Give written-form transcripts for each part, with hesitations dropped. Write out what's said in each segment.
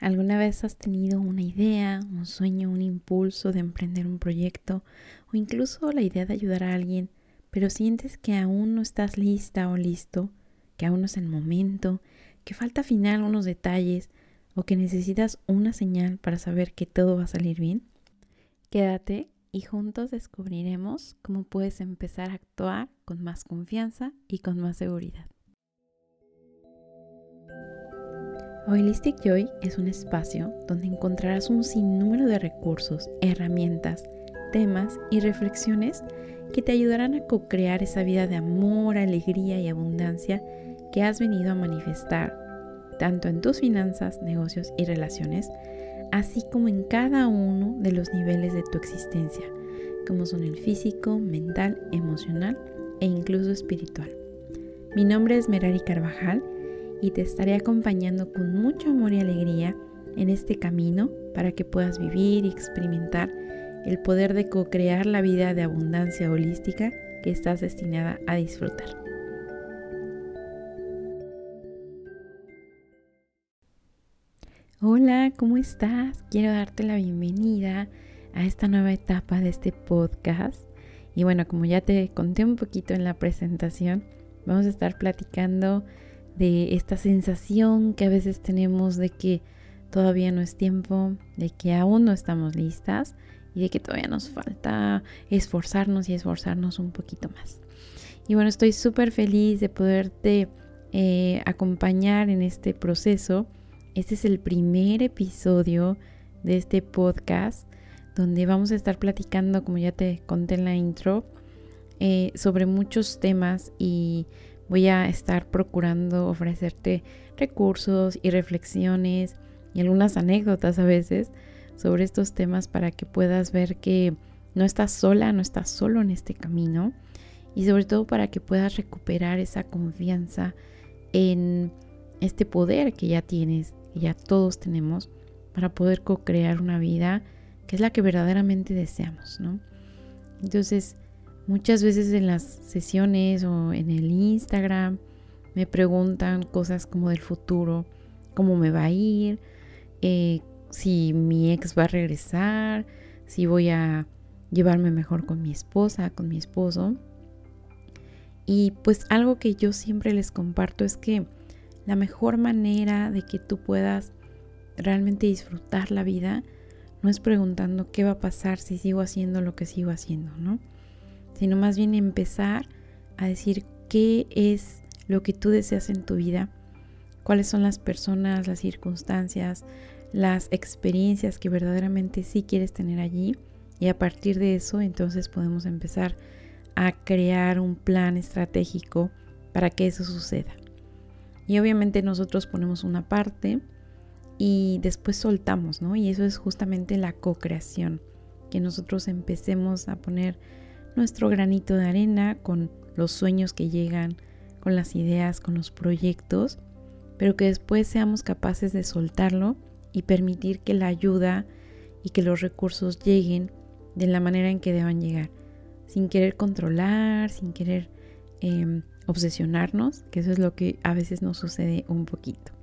¿Alguna vez has tenido una idea, un sueño, un impulso de emprender un proyecto o incluso la idea de ayudar a alguien, pero sientes que aún no estás lista o listo, que aún no es el momento, que falta afinar unos detalles o que necesitas una señal para saber que todo va a salir bien? Quédate y juntos descubriremos cómo puedes empezar a actuar con más confianza y con más seguridad. Holistic Joy es un espacio donde encontrarás un sinnúmero de recursos, herramientas, temas y reflexiones que te ayudarán a co-crear esa vida de amor, alegría y abundancia que has venido a manifestar, tanto en tus finanzas, negocios y relaciones, así como en cada uno de los niveles de tu existencia, como son el físico, mental, emocional e incluso espiritual. Mi nombre es Merari Carvajal y te estaré acompañando con mucho amor y alegría en este camino para que puedas vivir y experimentar el poder de co-crear la vida de abundancia holística que estás destinada a disfrutar. Hola, ¿cómo estás? Quiero darte la bienvenida a esta nueva etapa de este podcast. Y bueno, como ya te conté un poquito en la presentación, vamos a estar platicando de esta sensación que a veces tenemos de que todavía no es tiempo, de que aún no estamos listas y de que todavía nos falta esforzarnos un poquito más. Y bueno, estoy súper feliz de poderte acompañar en este proceso. Este es el primer episodio de este podcast donde vamos a estar platicando, como ya te conté en la intro, sobre muchos temas y voy a estar procurando ofrecerte recursos y reflexiones y algunas anécdotas a veces sobre estos temas para que puedas ver que no estás sola, no estás solo en este camino y sobre todo para que puedas recuperar esa confianza en este poder que ya tienes, que ya todos tenemos para poder co-crear una vida que es la que verdaderamente deseamos, ¿no? Entonces, muchas veces en las sesiones o en el Instagram me preguntan cosas como del futuro, cómo me va a ir, si mi ex va a regresar, si voy a llevarme mejor con mi esposa, con mi esposo. Y pues algo que yo siempre les comparto es que la mejor manera de que tú puedas realmente disfrutar la vida no es preguntando qué va a pasar si sigo haciendo lo que sigo haciendo, ¿no? Sino más bien empezar a decir qué es lo que tú deseas en tu vida, cuáles son las personas, las circunstancias, las experiencias que verdaderamente sí quieres tener allí, y a partir de eso entonces podemos empezar a crear un plan estratégico para que eso suceda. Y obviamente nosotros ponemos una parte y después soltamos, ¿no? Y eso es justamente la co-creación, que nosotros empecemos a poner nuestro granito de arena con los sueños que llegan, con las ideas, con los proyectos, pero que después seamos capaces de soltarlo y permitir que la ayuda y que los recursos lleguen de la manera en que deban llegar, sin querer controlar, sin querer obsesionarnos, que eso es lo que a veces nos sucede un poquito.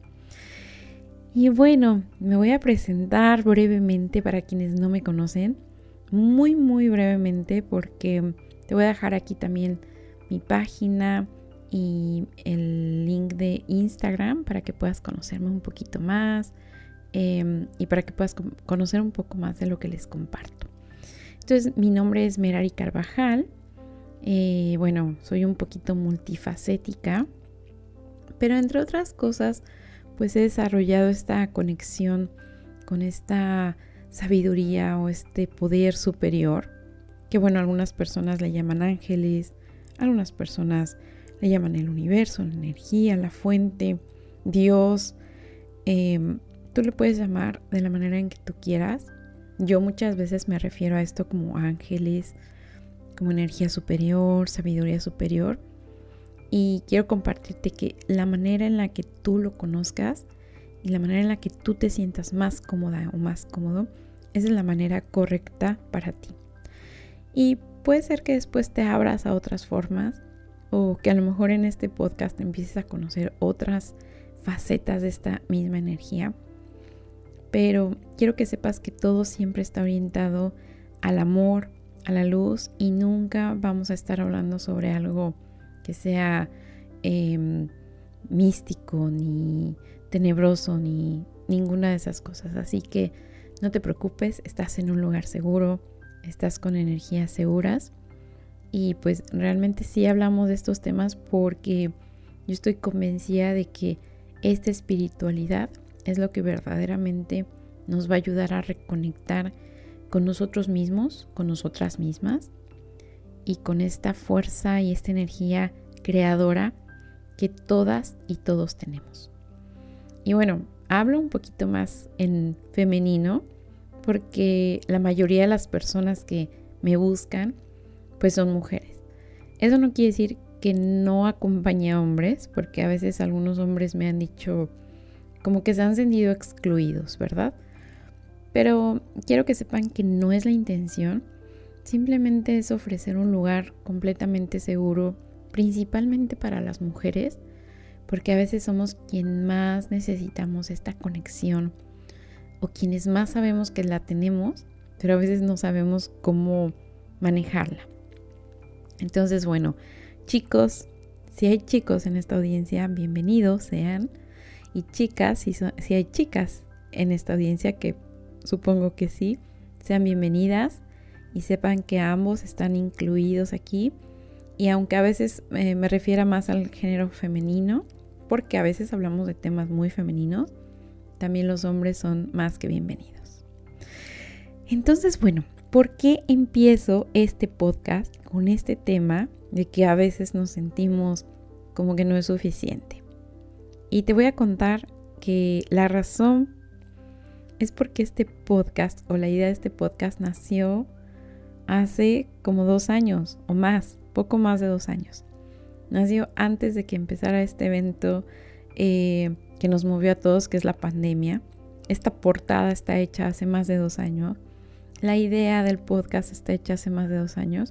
Y bueno, me voy a presentar brevemente para quienes no me conocen, muy brevemente, porque te voy a dejar aquí también mi página y el link de Instagram para que puedas conocerme un poquito más y para que puedas conocer un poco más de lo que les comparto. Entonces, mi nombre es Merari Carvajal. Bueno, soy un poquito multifacética, pero entre otras cosas, pues he desarrollado esta conexión con esta sabiduría o este poder superior, que bueno, algunas personas le llaman ángeles, algunas personas le llaman el universo, la energía, la fuente, Dios. Tú le puedes llamar de la manera en que tú quieras. Yo muchas veces me refiero a esto como ángeles, como energía superior, sabiduría superior. Y quiero compartirte que la manera en la que tú lo conozcas y la manera en la que tú te sientas más cómoda o más cómodo es la manera correcta para ti. Y puede ser que después te abras a otras formas o que a lo mejor en este podcast empieces a conocer otras facetas de esta misma energía. pero quiero que sepas que todo siempre está orientado al amor, a la luz, y nunca vamos a estar hablando sobre algo que sea místico, ni tenebroso, ni ninguna de esas cosas. Así que no te preocupes, estás en un lugar seguro, estás con energías seguras, y pues realmente sí hablamos de estos temas porque yo estoy convencida de que esta espiritualidad es lo que verdaderamente nos va a ayudar a reconectar con nosotros mismos, con nosotras mismas, y con esta fuerza y esta energía creadora que todas y todos tenemos. Y bueno, hablo un poquito más en femenino porque la mayoría de las personas que me buscan pues son mujeres. Eso no quiere decir que no acompañe a hombres, porque a veces algunos hombres me han dicho como que se han sentido excluidos, ¿verdad? Pero quiero que sepan que no es la intención, simplemente es ofrecer un lugar completamente seguro, principalmente para las mujeres, porque a veces somos quien más necesitamos esta conexión o quienes más sabemos que la tenemos, pero a veces no sabemos cómo manejarla. Entonces, bueno, chicos, si hay chicos en esta audiencia, bienvenidos sean. Y chicas, si hay chicas en esta audiencia, que supongo que sí, sean bienvenidas y sepan que ambos están incluidos aquí. Y aunque a veces me refiera más al género femenino, porque a veces hablamos de temas muy femeninos, también los hombres son más que bienvenidos. Entonces, bueno, ¿por qué empiezo este podcast con este tema de que a veces nos sentimos como que no es suficiente? Y te voy a contar que la razón es porque este podcast o la idea de este podcast nació hace como 2 años o más, poco más de 2 años. Nació antes de que empezara este evento que nos movió a todos, que es la pandemia. Esta portada está hecha hace más de 2 años. La idea del podcast está hecha hace más de 2 años,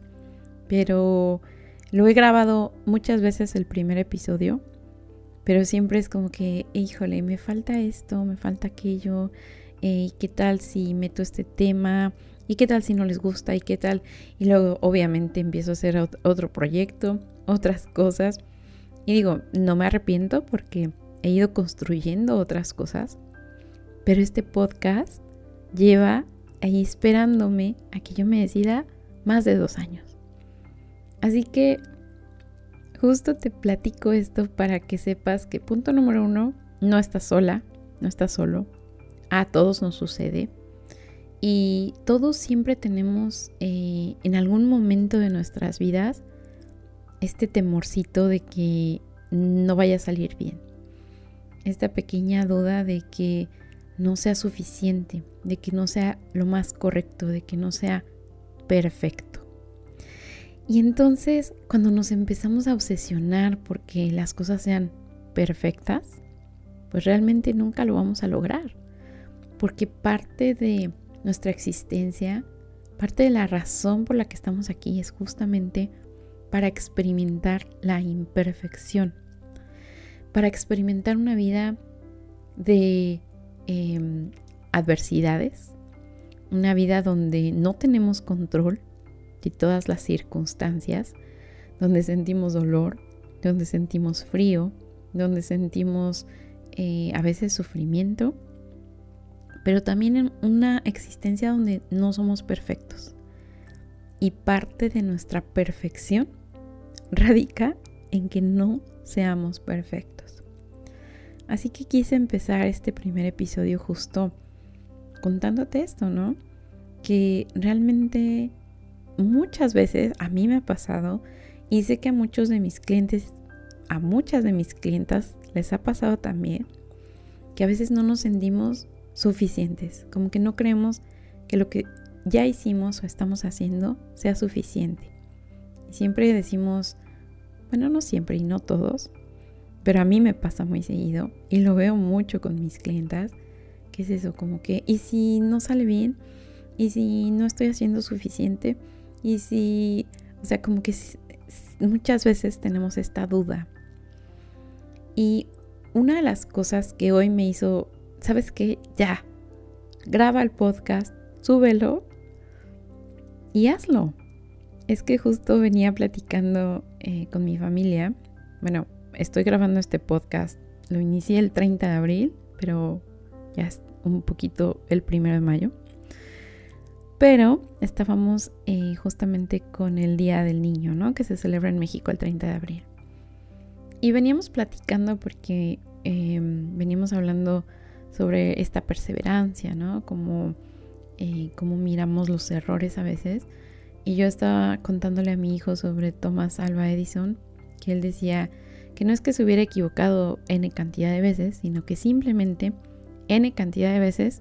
pero lo he grabado muchas veces el primer episodio, pero siempre es como que, híjole, me falta esto, me falta aquello, y qué tal si meto este tema, y qué tal si no les gusta, y qué tal, y luego obviamente empiezo a hacer otro proyecto, otras cosas, y digo, no me arrepiento porque he ido construyendo otras cosas, pero este podcast lleva ahí esperándome a que yo me decida más de 2 años. Así que justo te platico esto para que sepas que punto número 1, no estás sola, no estás solo. A todos nos sucede. Y todos siempre tenemos en algún momento de nuestras vidas este temorcito de que no vaya a salir bien. Esta pequeña duda de que no sea suficiente, de que no sea lo más correcto, de que no sea perfecto. Y entonces, cuando nos empezamos a obsesionar porque las cosas sean perfectas, pues realmente nunca lo vamos a lograr. Porque parte de nuestra existencia, parte de la razón por la que estamos aquí es justamente para experimentar la imperfección, para experimentar una vida de adversidades, una vida donde no tenemos control de todas las circunstancias, donde sentimos dolor, donde sentimos frío, donde sentimos a veces sufrimiento, pero también en una existencia donde no somos perfectos. Y parte de nuestra perfección radica en que no seamos perfectos. Así que quise empezar este primer episodio justo contándote esto, ¿no? Que realmente muchas veces a mí me ha pasado, y sé que a muchos de mis clientes, a muchas de mis clientas les ha pasado también, que a veces no nos sentimos suficientes, como que no creemos que lo que ya hicimos o estamos haciendo sea suficiente. Y siempre decimos, bueno, no siempre y no todos, pero a mí me pasa muy seguido y lo veo mucho con mis clientas, que es eso, como que, ¿y si no sale bien? ¿Y si no estoy haciendo suficiente? ¿Y si, o sea, como que muchas veces tenemos esta duda? Y una de las cosas que hoy me hizo, ¿sabes qué? Ya, graba el podcast, súbelo y hazlo. Es que justo venía platicando con mi familia. Bueno, estoy grabando este podcast. Lo inicié el 30 de abril, pero ya es un poquito el 1 de mayo. Pero estábamos justamente con el Día del Niño, ¿no? Que se celebra en México el 30 de abril. Y veníamos platicando porque veníamos hablando sobre esta perseverancia, ¿no? Como miramos los errores a veces. Y yo estaba contándole a mi hijo sobre Thomas Alva Edison, que él decía que no es que se hubiera equivocado N cantidad de veces, sino que simplemente N cantidad de veces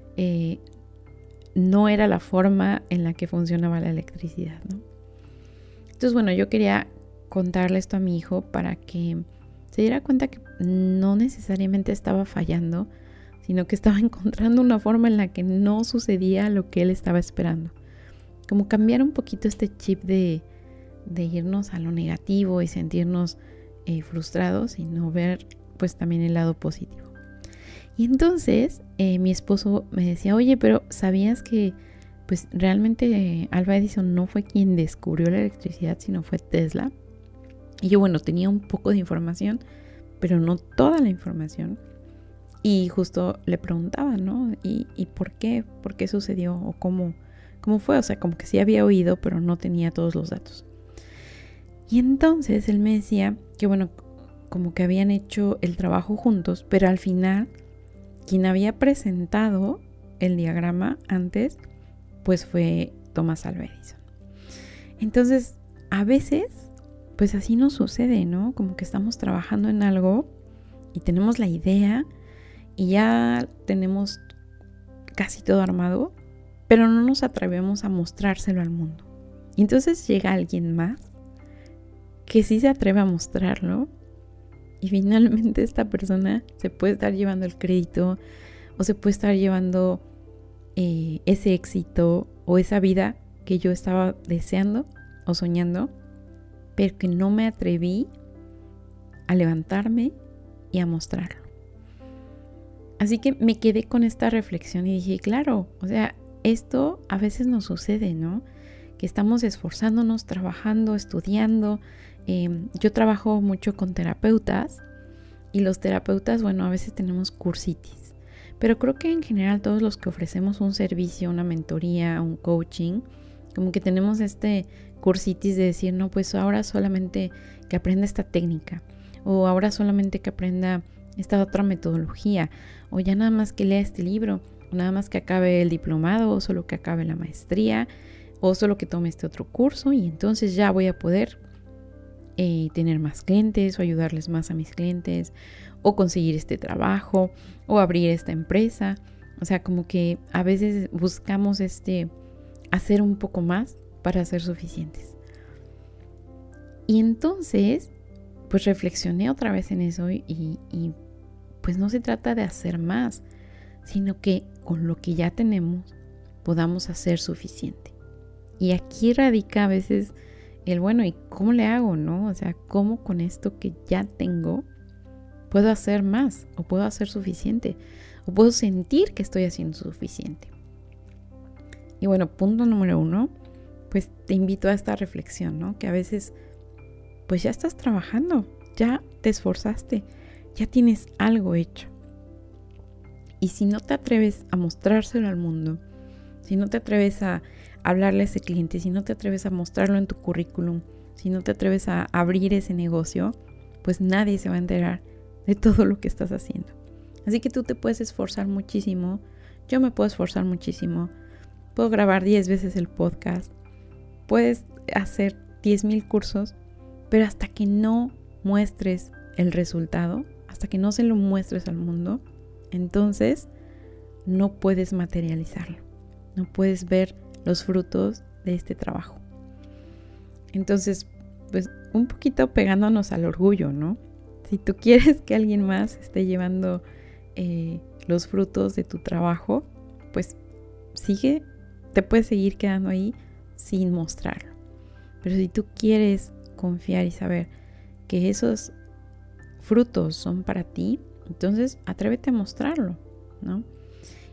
no era la forma en la que funcionaba la electricidad, ¿no? Entonces, bueno, yo quería contarle esto a mi hijo para que se diera cuenta que no necesariamente estaba fallando, sino que estaba encontrando una forma en la que no sucedía lo que él estaba esperando. Como cambiar un poquito este chip de irnos a lo negativo y sentirnos frustrados y no ver pues también el lado positivo. Y entonces mi esposo me decía, oye, pero ¿sabías que pues realmente Alva Edison no fue quien descubrió la electricidad, sino fue Tesla? Y yo, bueno, tenía un poco de información, pero no toda la información. Y justo le preguntaba, ¿no? ¿Y por qué? ¿Por qué sucedió? ¿O cómo fue? O sea, como que sí había oído, pero no tenía todos los datos. Y entonces él me decía que, bueno, como que habían hecho el trabajo juntos, pero al final quien había presentado el diagrama antes, pues fue Thomas Alva Edison. Entonces, a veces, pues así nos sucede, ¿no? Como que estamos trabajando en algo y tenemos la idea y ya tenemos casi todo armado, pero no nos atrevemos a mostrárselo al mundo. Y entonces llega alguien más que sí se atreve a mostrarlo y finalmente esta persona se puede estar llevando el crédito o se puede estar llevando ese éxito o esa vida que yo estaba deseando o soñando, pero que no me atreví a levantarme y a mostrarlo. Así que me quedé con esta reflexión y dije, claro, o sea, esto a veces nos sucede, ¿no? Que estamos esforzándonos, trabajando, estudiando. Yo trabajo mucho con terapeutas y los terapeutas, bueno, a veces tenemos cursitis. Pero creo que en general todos los que ofrecemos un servicio, una mentoría, un coaching, como que tenemos este cursitis de decir, no, pues ahora solamente que aprenda esta técnica o ahora solamente que aprenda esta otra metodología o ya nada más que lea este libro o nada más que acabe el diplomado o solo que acabe la maestría o solo que tome este otro curso y entonces ya voy a poder tener más clientes o ayudarles más a mis clientes o conseguir este trabajo o abrir esta empresa. O sea, como que a veces buscamos hacer un poco más para ser suficientes. Y entonces, pues reflexioné otra vez en eso y pues no se trata de hacer más, sino que con lo que ya tenemos podamos hacer suficiente. Y aquí radica a veces el bueno, ¿y cómo le hago, no? O sea, ¿cómo con esto que ya tengo puedo hacer más o puedo hacer suficiente o puedo sentir que estoy haciendo suficiente? Y bueno, punto número 1, pues te invito a esta reflexión, ¿no? Que a veces pues ya estás trabajando, ya te esforzaste, ya tienes algo hecho. Y si no te atreves a mostrárselo al mundo, si no te atreves a hablarle a ese cliente, si no te atreves a mostrarlo en tu currículum, si no te atreves a abrir ese negocio, pues nadie se va a enterar de todo lo que estás haciendo. Así que tú te puedes esforzar muchísimo, yo me puedo esforzar muchísimo, puedo grabar 10 veces el podcast, puedes hacer 10,000 cursos, pero hasta que no muestres el resultado, hasta que no se lo muestres al mundo, entonces no puedes materializarlo, no puedes ver los frutos de este trabajo. Entonces, pues un poquito pegándonos al orgullo, ¿no? Si tú quieres que alguien más esté llevando los frutos de tu trabajo, pues te puedes seguir quedando ahí sin mostrarlo. Pero si tú quieres confiar y saber que esos frutos son para ti, entonces atrévete a mostrarlo, ¿no?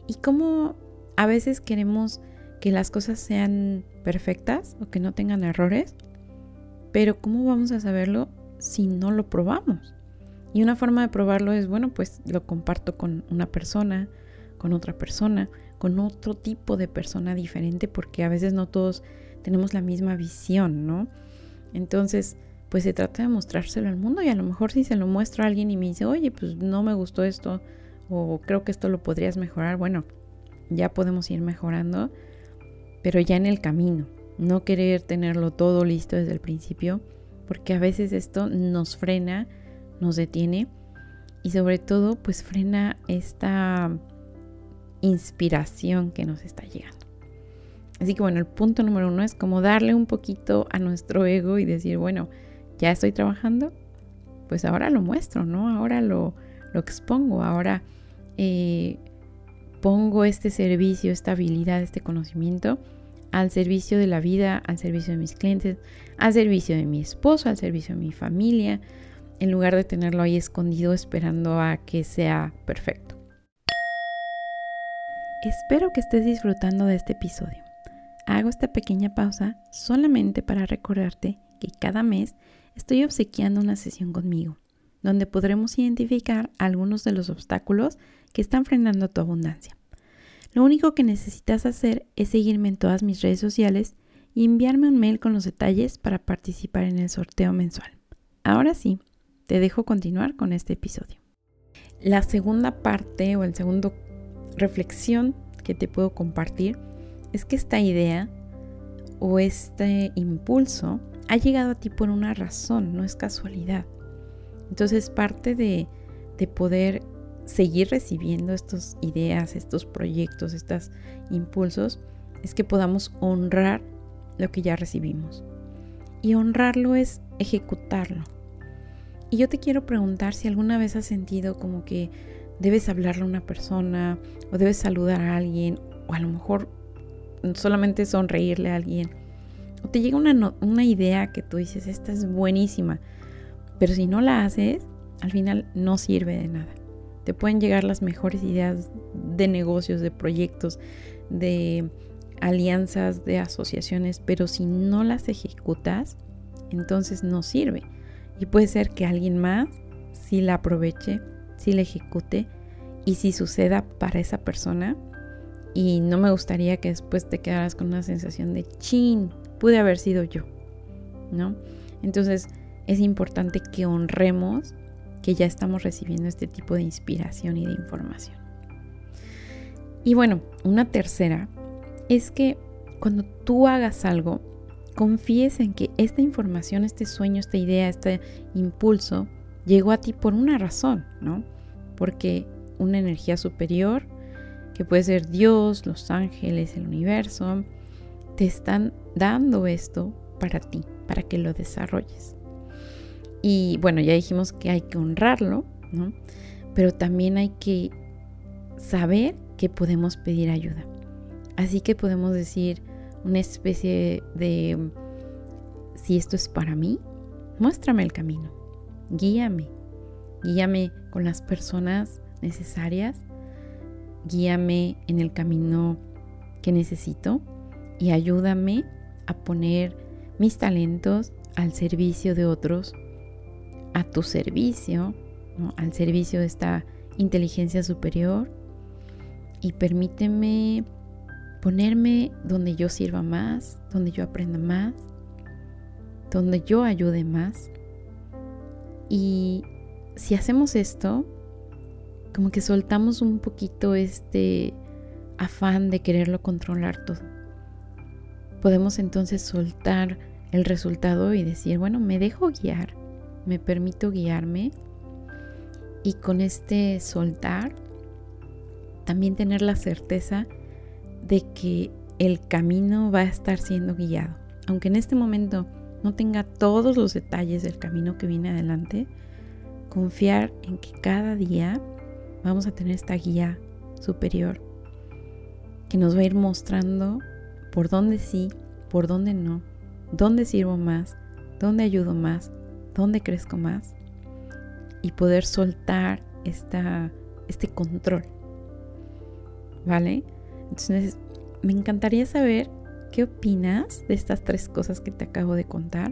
y cómo a veces queremos que las cosas sean perfectas o que no tengan errores, pero ¿cómo vamos a saberlo si no lo probamos? Y una forma de probarlo es, bueno, pues lo comparto con una persona, con otra persona, con otro tipo de persona diferente, porque a veces no todos tenemos la misma visión, ¿no? Entonces, pues se trata de mostrárselo al mundo, y a lo mejor si se lo muestro a alguien y me dice, oye, pues no me gustó esto, o creo que esto lo podrías mejorar, bueno, ya podemos ir mejorando, pero ya en el camino, no querer tenerlo todo listo desde el principio, porque a veces esto nos frena, nos detiene, y sobre todo pues frena esta inspiración que nos está llegando. Así que bueno, el punto número 1 es como darle un poquito a nuestro ego y decir, bueno, ya estoy trabajando, pues ahora lo muestro, ¿no? Ahora lo expongo, ahora pongo este servicio, esta habilidad, este conocimiento al servicio de la vida, al servicio de mis clientes, al servicio de mi esposo, al servicio de mi familia, en lugar de tenerlo ahí escondido esperando a que sea perfecto. Espero que estés disfrutando de este episodio. Hago esta pequeña pausa solamente para recordarte que cada mes estoy obsequiando una sesión conmigo, donde podremos identificar algunos de los obstáculos que están frenando tu abundancia. Lo único que necesitas hacer es seguirme en todas mis redes sociales y enviarme un mail con los detalles para participar en el sorteo mensual. Ahora sí, te dejo continuar con este episodio. La segunda parte o el segundo reflexión que te puedo compartir es que esta idea o este impulso ha llegado a ti por una razón, no es casualidad. Entonces parte de poder seguir recibiendo estas ideas, estos proyectos, estos impulsos, es que podamos honrar lo que ya recibimos. Y honrarlo es ejecutarlo. Y yo te quiero preguntar si alguna vez has sentido como que debes hablarle a una persona o debes saludar a alguien, o a lo mejor solamente sonreírle a alguien, o te llega una idea que tú dices, esta es buenísima, pero si no la haces, al final no sirve de nada. Te pueden llegar las mejores ideas de negocios, de proyectos, de alianzas, de asociaciones, pero si no las ejecutas, entonces no sirve. Y puede ser que alguien más sí la aproveche, sí la ejecute, y sí suceda para esa persona. Y no me gustaría que después te quedaras con una sensación de chin, pude haber sido yo, ¿no? Entonces es importante que honremos que ya estamos recibiendo este tipo de inspiración y de información. Y bueno, una tercera es que cuando tú hagas algo, confíes en que esta información, este sueño, esta idea, este impulso llegó a ti por una razón, ¿no? Porque una energía superior, que puede ser Dios, los ángeles, el universo, te están dando esto para ti, para que lo desarrolles. Y bueno, ya dijimos que hay que honrarlo, ¿no? Pero también hay que saber que podemos pedir ayuda. Así que podemos decir una especie de, si esto es para mí, muéstrame el camino, guíame con las personas necesarias, guíame en el camino que necesito y ayúdame a poner mis talentos al servicio de otros, a tu servicio, ¿no? Al servicio de esta inteligencia superior, y permíteme ponerme donde yo sirva más, donde yo aprenda más, donde yo ayude más. Y si hacemos esto, como que soltamos un poquito este afán de quererlo controlar todo. Podemos entonces soltar el resultado y decir, bueno, me dejo guiar, me permito guiarme, y con este soltar también tener la certeza de que el camino va a estar siendo guiado. Aunque en este momento no tenga todos los detalles del camino que viene adelante, confiar en que cada día vamos a tener esta guía superior que nos va a ir mostrando por dónde sí, por dónde no, dónde sirvo más, dónde ayudo más, dónde crezco más, y poder soltar este control. ¿vale? Entonces, me encantaría saber qué opinas de estas 3 cosas que te acabo de contar.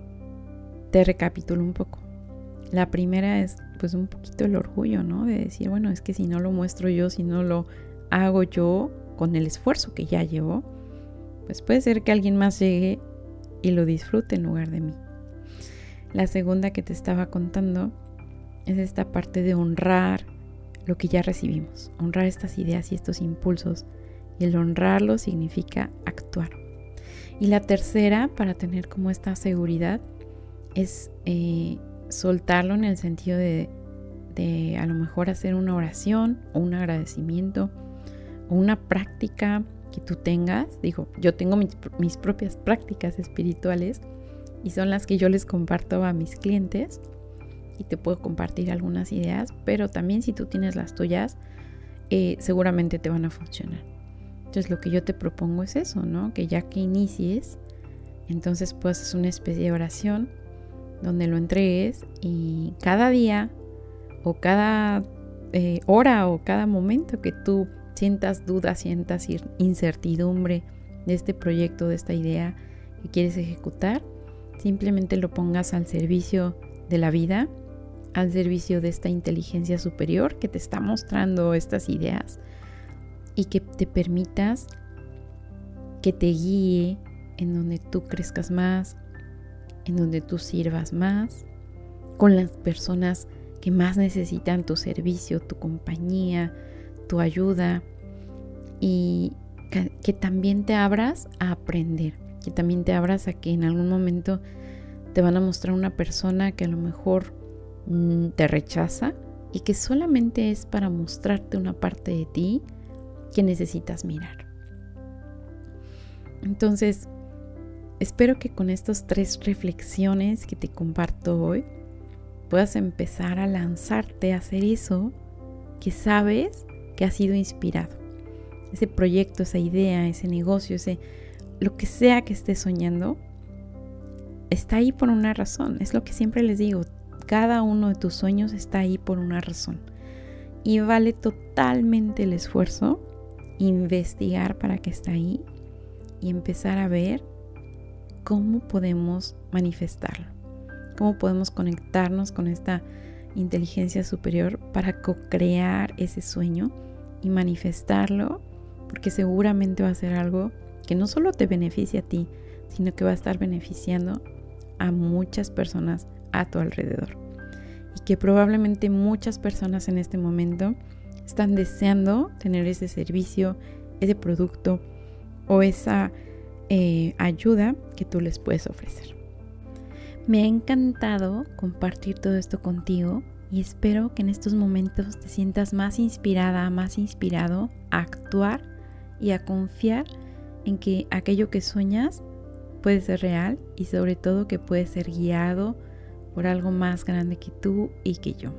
Te recapitulo un poco. La primera es pues un poquito el orgullo, ¿no? De decir, bueno, es que si no lo muestro yo, si no lo hago yo con el esfuerzo que ya llevo, pues puede ser que alguien más llegue y lo disfrute en lugar de mí. La segunda que te estaba contando es esta parte de honrar lo que ya recibimos, honrar estas ideas y estos impulsos. Y el honrarlo significa actuar. Y la tercera, para tener como esta seguridad, es soltarlo en el sentido de a lo mejor hacer una oración o un agradecimiento o una práctica que tú tengas. Digo, yo tengo mis propias prácticas espirituales y son las que yo les comparto a mis clientes y te puedo compartir algunas ideas, pero también si tú tienes las tuyas, seguramente te van a funcionar. Entonces lo que yo te propongo es eso, ¿no? Que ya que inicies, entonces pues es una especie de oración donde lo entregues y cada día o cada hora o cada momento que tú sientas dudas, sientas incertidumbre de este proyecto, de esta idea que quieres ejecutar, simplemente lo pongas al servicio de la vida, al servicio de esta inteligencia superior que te está mostrando estas ideas y que te permitas que te guíe en donde tú crezcas más, en donde tú sirvas más, con las personas que más necesitan tu servicio, tu compañía, tu ayuda, y que también te abras a aprender, que también te abras a que en algún momento te van a mostrar una persona que a lo mejor te rechaza y que solamente es para mostrarte una parte de ti que necesitas mirar. Entonces, espero que con estas 3 reflexiones que te comparto hoy puedas empezar a lanzarte a hacer eso que sabes que ha sido inspirado. Ese proyecto, esa idea, ese negocio, lo que sea que estés soñando, está ahí por una razón. Es lo que siempre les digo, cada uno de tus sueños está ahí por una razón. Y vale totalmente el esfuerzo investigar para que esté ahí y empezar a ver cómo podemos manifestarlo, cómo podemos conectarnos con esta inteligencia superior para co-crear ese sueño y manifestarlo, porque seguramente va a ser algo que no solo te beneficia a ti, sino que va a estar beneficiando a muchas personas a tu alrededor y que probablemente muchas personas en este momento están deseando tener ese servicio, ese producto o esa ayuda que tú les puedes ofrecer. Me ha encantado compartir todo esto contigo y espero que en estos momentos te sientas más inspirada, más inspirado a actuar y a confiar en que aquello que sueñas puede ser real y sobre todo que puede ser guiado por algo más grande que tú y que yo.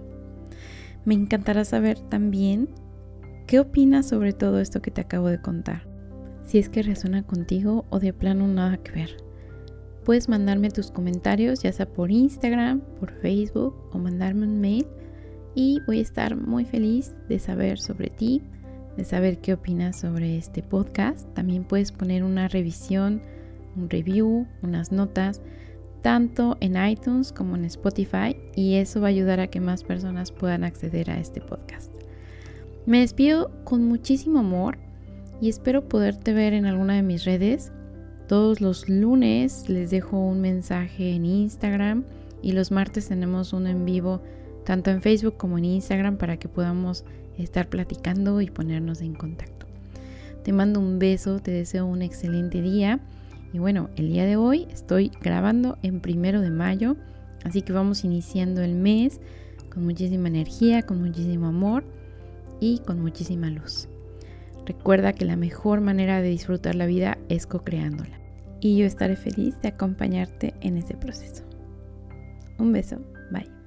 Me encantará saber también qué opinas sobre todo esto que te acabo de contar. Si es que resuena contigo o de plano nada que ver. Puedes mandarme tus comentarios ya sea por Instagram, por Facebook o mandarme un mail y voy a estar muy feliz de saber sobre ti, de saber qué opinas sobre este podcast. También puedes poner una revisión, un review, unas notas, tanto en iTunes como en Spotify, y eso va a ayudar a que más personas puedan acceder a este podcast. Me despido con muchísimo amor y espero poderte ver en alguna de mis redes. Todos los lunes les dejo un mensaje en Instagram y los martes tenemos uno en vivo tanto en Facebook como en Instagram para que podamos estar platicando y ponernos en contacto. Te mando un beso, te deseo un excelente día y bueno, el día de hoy estoy grabando en 1 de mayo, así que vamos iniciando el mes con muchísima energía, con muchísimo amor y con muchísima luz. Recuerda que la mejor manera de disfrutar la vida es co-creándola. Y yo estaré feliz de acompañarte en ese proceso. Un beso, bye.